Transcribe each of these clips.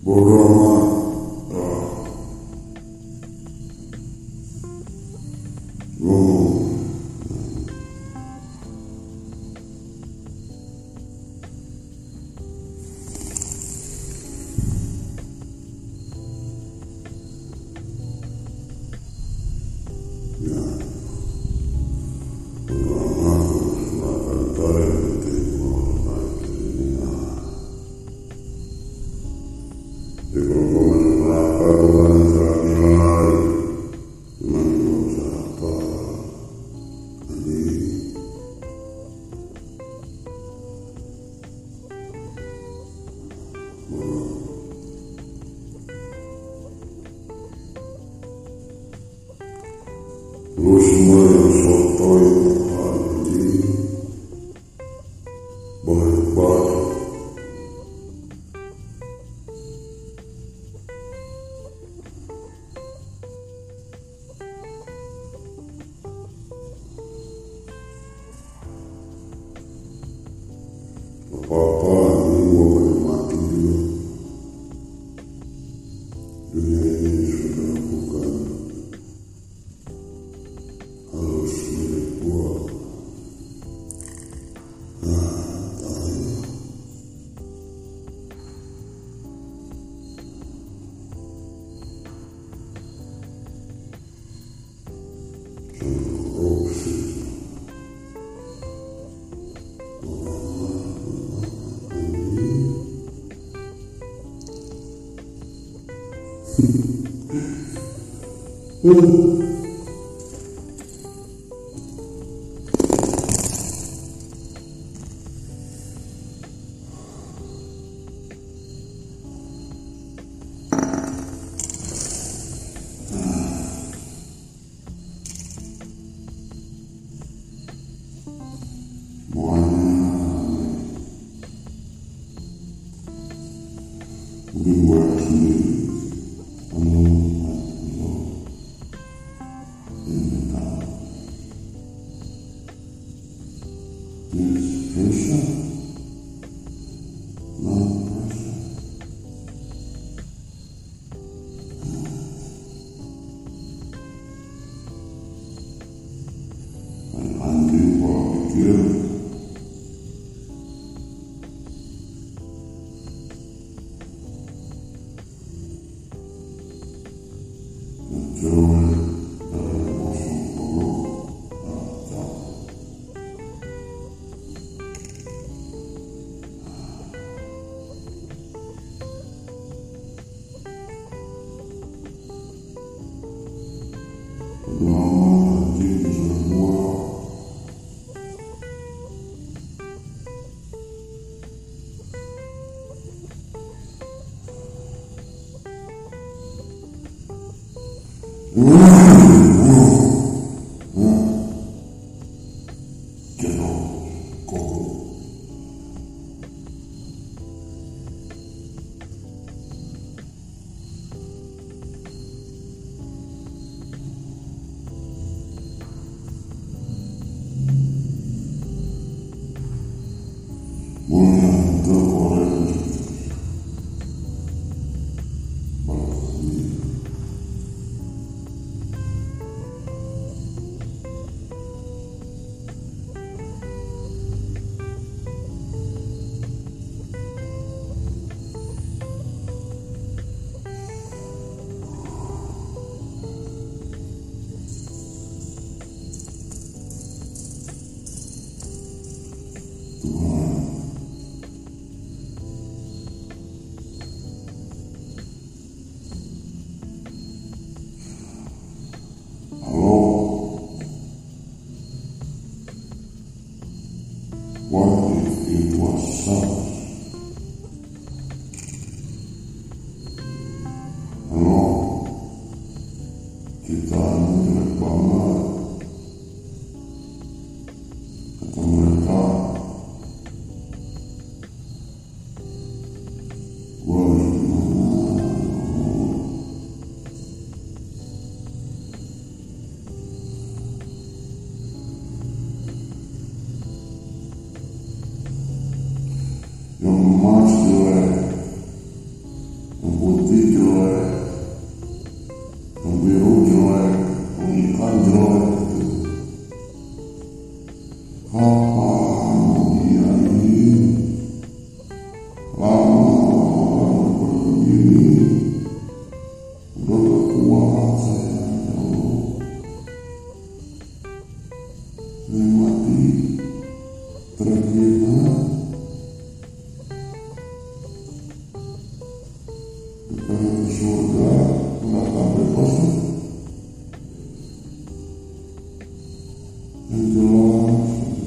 Bodo amat. Ngomong. Ya. Bodo amat. Silakan tarik nanti mau naik ini. Di kalau kenapa bukan salah nilai. Cuman gak usah apa. Lu semua yang sotoy anjing berhebat. Apa-apa ini gua boleh mati juga. Dunia ini sudah bukan harus milik gua. Tahu. Korupsi. Mungkin gue sendiri kamu yang tahu this pressure not pressure nanti gue pikir jauh dari kosong perlu jauh. Lama anjing semua what if it was such? Halo, kita ini jelek banget. Kata mereka, gua harus gimana? Yang emas jelek, yang Kapan Kiai lama begini udah gak kuat saya ya Allah. Saya mati terkena ke surga menatap bebas yang jelas.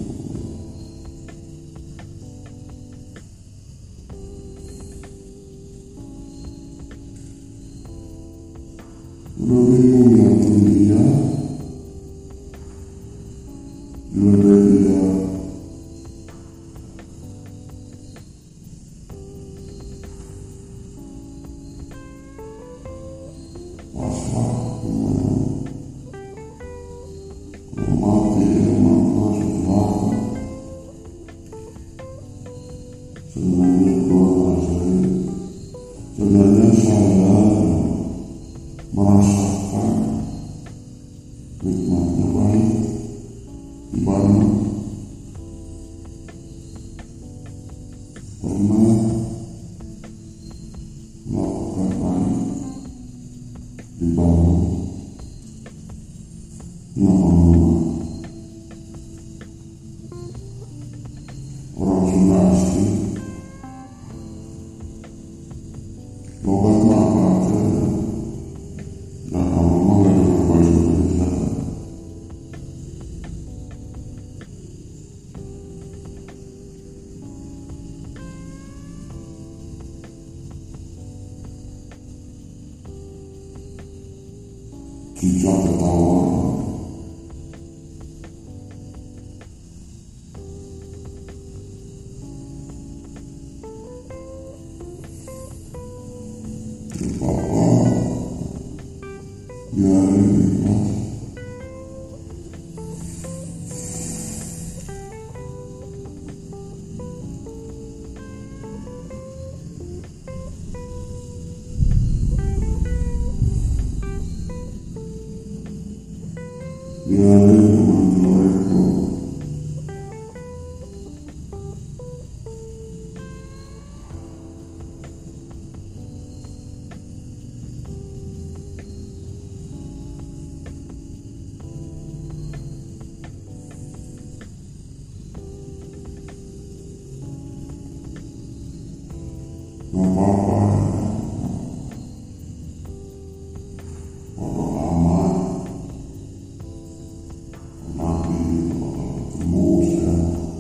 Udah bingung yang dia juga dia pasrah mati emang sudah sebenarnya keluarga saya sebenarnya saya merasakan nikmatnya baik di Bandung. Pernah melakukan baik di Bandung. Orang Sunda asli logat apa aja. Nah, kalau mau gak ada bahasa Indonesia. Cicak ketawa. Papa biarin nikmat. Biarin teman jelek kok. Gak apa-apa. Bodo amat. Nanti kalau ketemu saya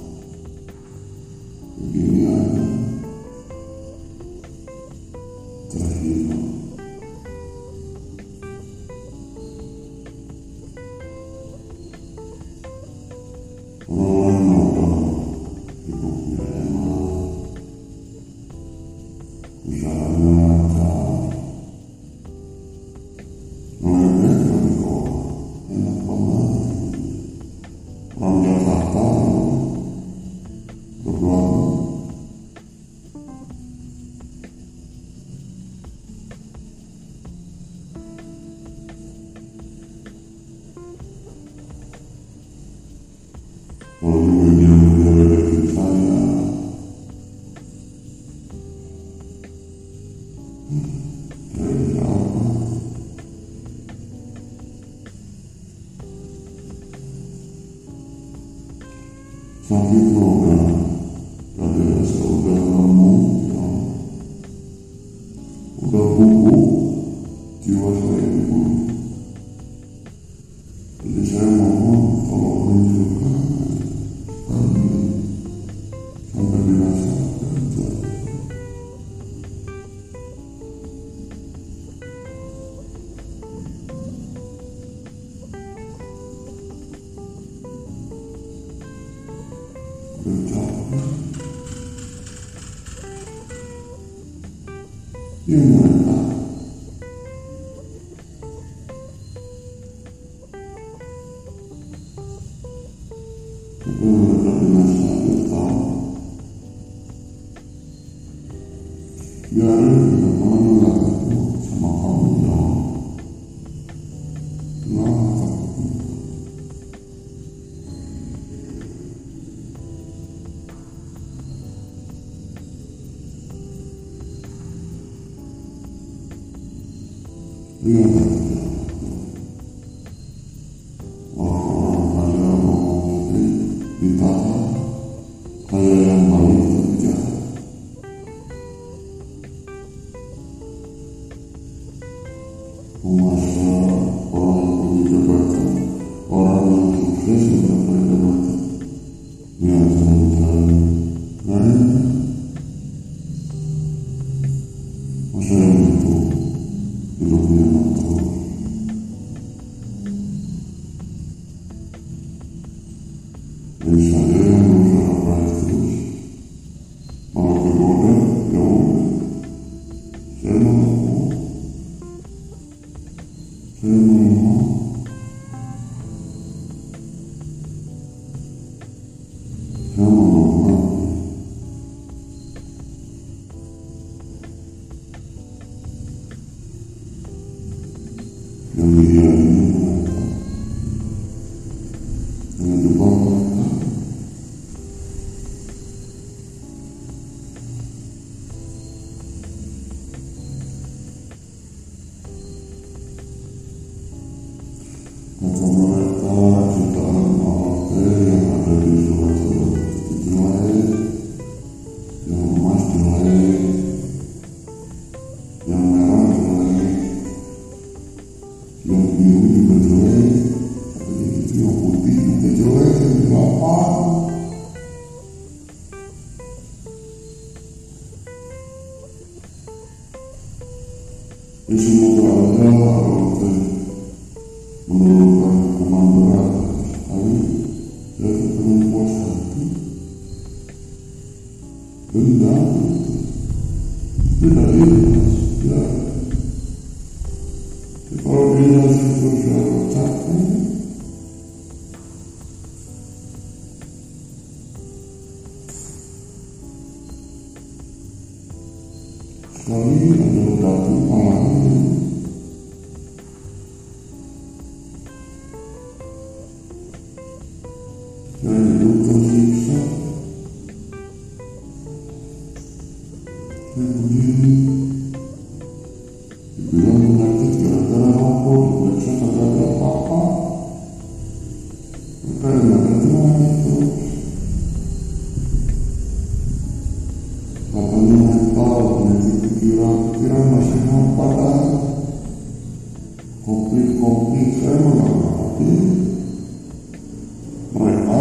begini aja terhina. Orang lain udah hidupnya enak, usahanya lancar, ngeledek lagi kok enak banget. Orang Jakarta berdua kalau media ledekin saya jadi apa? Sakit program dari rasa udah remuk ya. Udah buku jiwa saya dibunuh. Jadi saya mohon kalau menunjukkan sampai dirasakan bercapek. Gimana? Tapi mereka dengan sadar tahu. Biarin kita kemana gak takut sama kamu dong. Kenapa takut? Ingat aja, orang-orang kaya ngomong ditata kaya yang baik tapi jahat. Penguasa, orang yang punya jabatan, orang yang sukses mencapai jabatan, biasanya nggak enak. Masa yang itu hidupnya enak terus. Dan saya yang berusaha baik terus, malah kegoda, ya udah, saya mengaku, saya memang saya menolak. Yang dia ini mereka dengan depan mereka kata mereka ciptaan Allah yang ada di surat itu jelek, yang emas jelek, yang merah jelek, yang biru juga jelek, itu yang putih juga jelek, yang delapan. Ya semoga Allah menurunkan hukuman berat sekali dari dengan puas hati. Dendam tidak ikhlas, ya. Kalau dia sudah capek, sekali ada datang pahlawan dan hidup tersiksa, dan begini dibilang penyakit gara-gara rokok, diperiksa kagak ada apa-apa, mereka yang ada itu katanya mental, penyakit pikiran masih padahal kopi saya mengalami mereka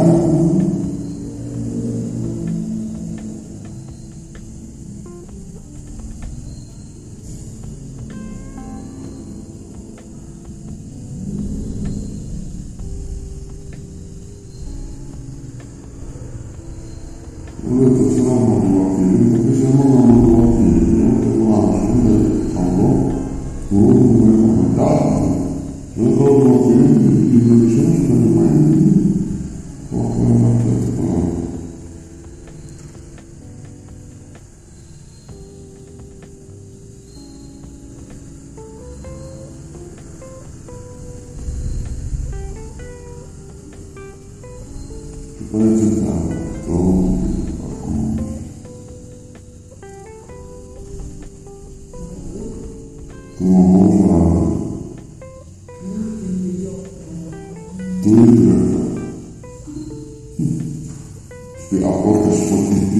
udah terserah mau diwakili, tapi saya mau nggak mau diwakili, ya udah langsung dari Allah turun mereka mental. Jadi kalau diwakili di Indonesia sudah dimainin wakil rakyat sekolah. Supaya kita tahu ngomong soal turun mereka di upload ke Spotify.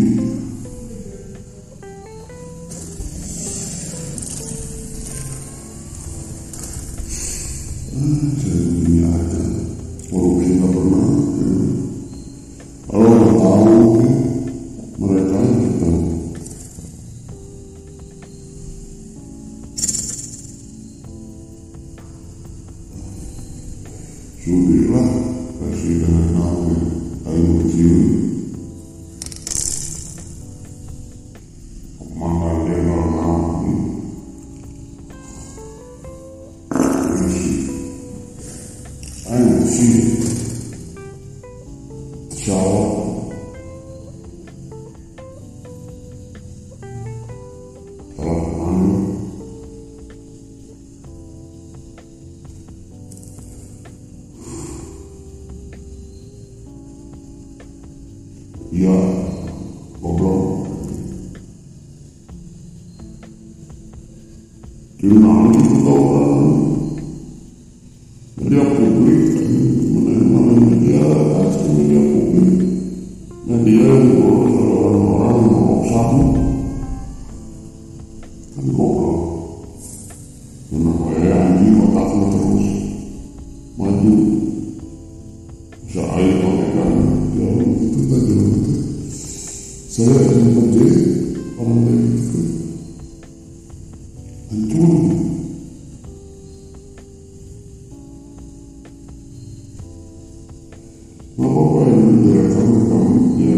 Saya begini aja, korupsi nggak pernah ya. Kalau nggak tahu mereka yang tahu. Sudilah kasih dengan nama air kecil makan dia normal air kecil jauh salah mana ya goblok gimana itu kau Saya ingin menjadi orang yang itu hancur. Apa yang menjadi kami ya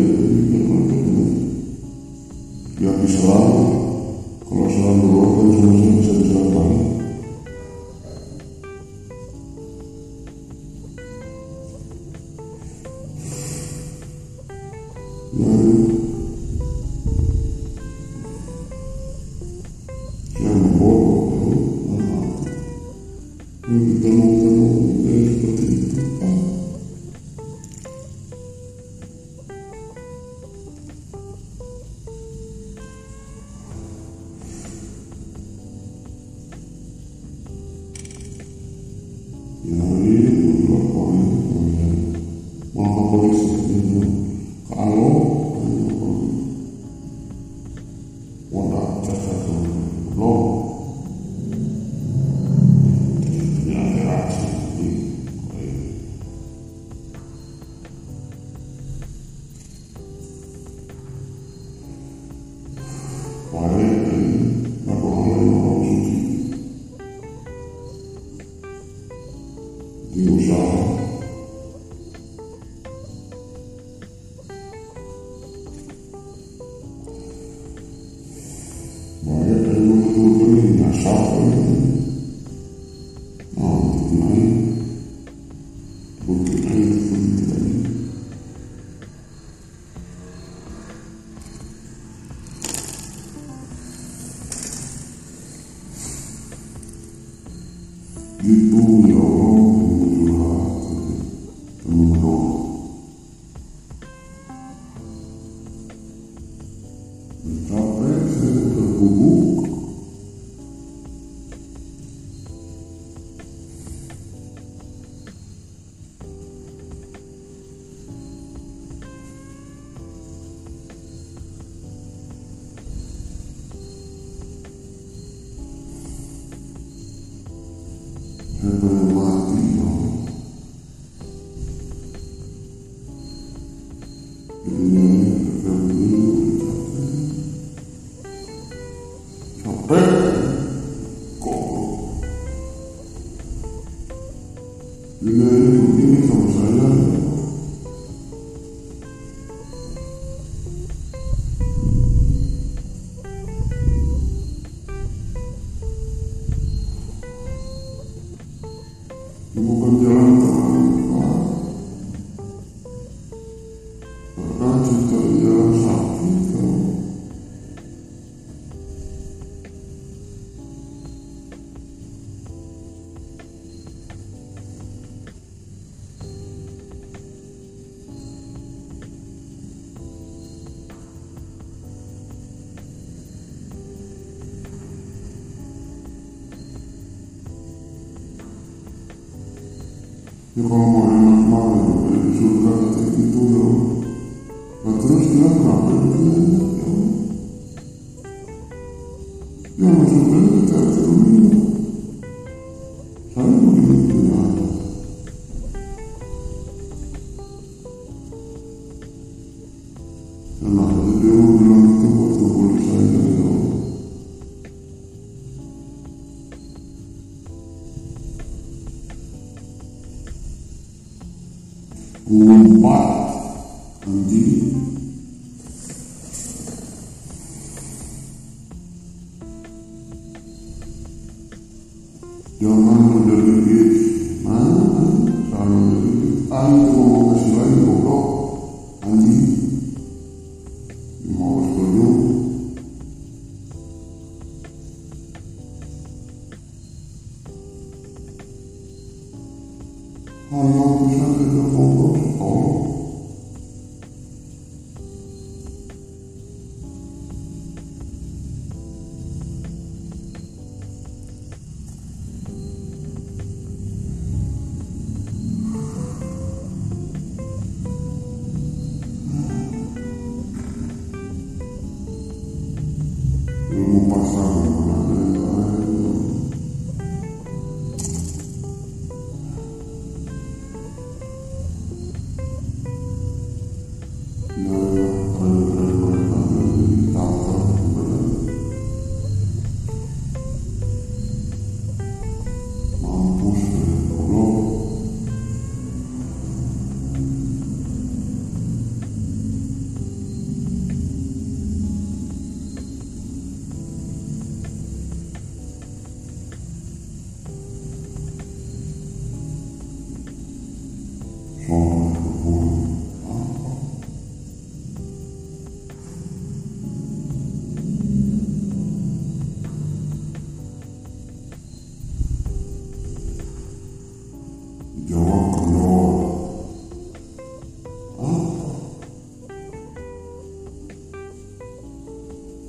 yang diserang, kalau serang dulu kan semuanya bisa diserang balik. Yang membodoh kita mau seperti itu kan. Ini laporan maka polisi itu kalau wadah jasa lo ya reaksi baik laporan orang suci diusaha baik dari betul-betul nyasar itu ya Allah teman-teman mencapai saya terhubung mati ini capek kok ini begini sama saya. Bukan jalan terang, bahkan jika ia sakit, ya kalau mau enak mah ya di surga kayak gitu ya. Nah terus dia kenapa itu enak ya? Ya maksudnya kita terus saya begitu ya. Enak aja dia bilang itu buat ngebully saya ya. Gumpat anjing jangan menjadi gigs saya menjadi ngomong kasih lagi goblok anjing mau setuju hanya bisa kita fokus ilmu pasar ya,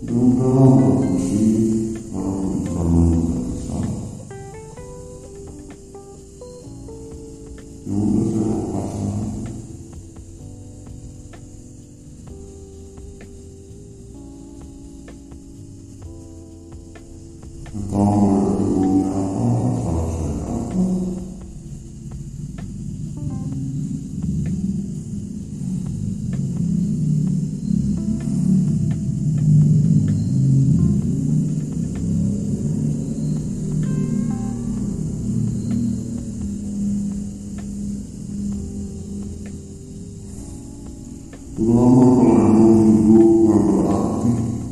Mudah-mudahan berfungsi kalau kamu tidak bisa. Ya udah saya pasang. Tahu mereka ibunya apa, salah saya apa. Terutama kalau emang hidup gak berarti.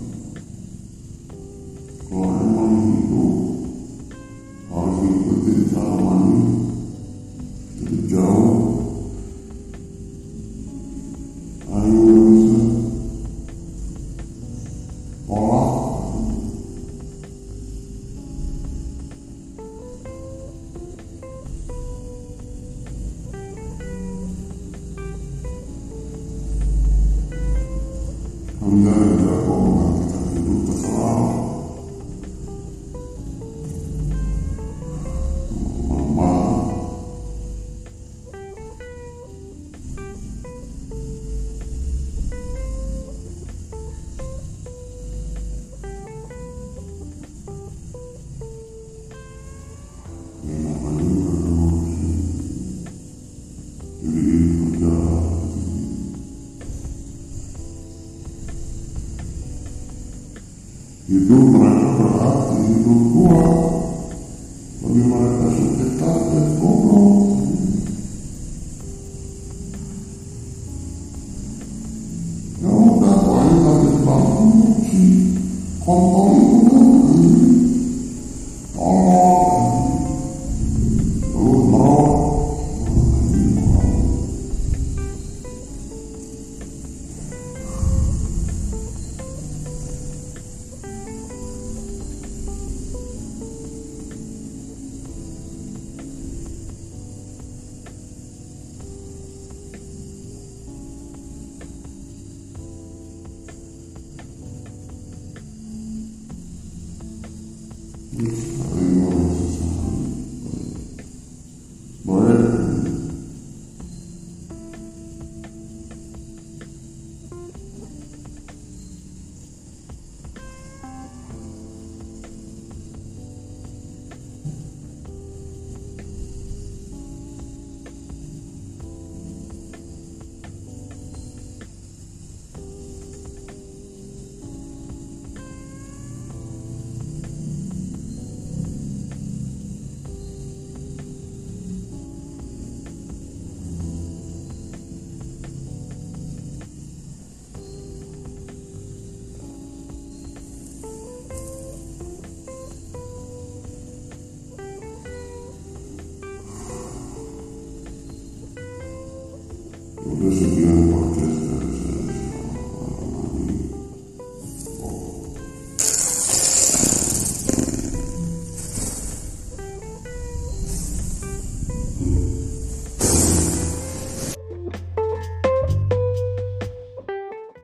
Kalau emang hidup harus ikutin cara mandi jadi jauh. Ayo bisa tolak. Anda yang jago menggantikan hidup terserah. Mama, ini namanya revolusi. Jadi kerja. Hidup mereka berarti hidup kuat. Bagi mereka sudah kaget goblok. Ya udah, kok aja kaget banget sih. Kontol itu kan. Tolong. Terus merok. Udah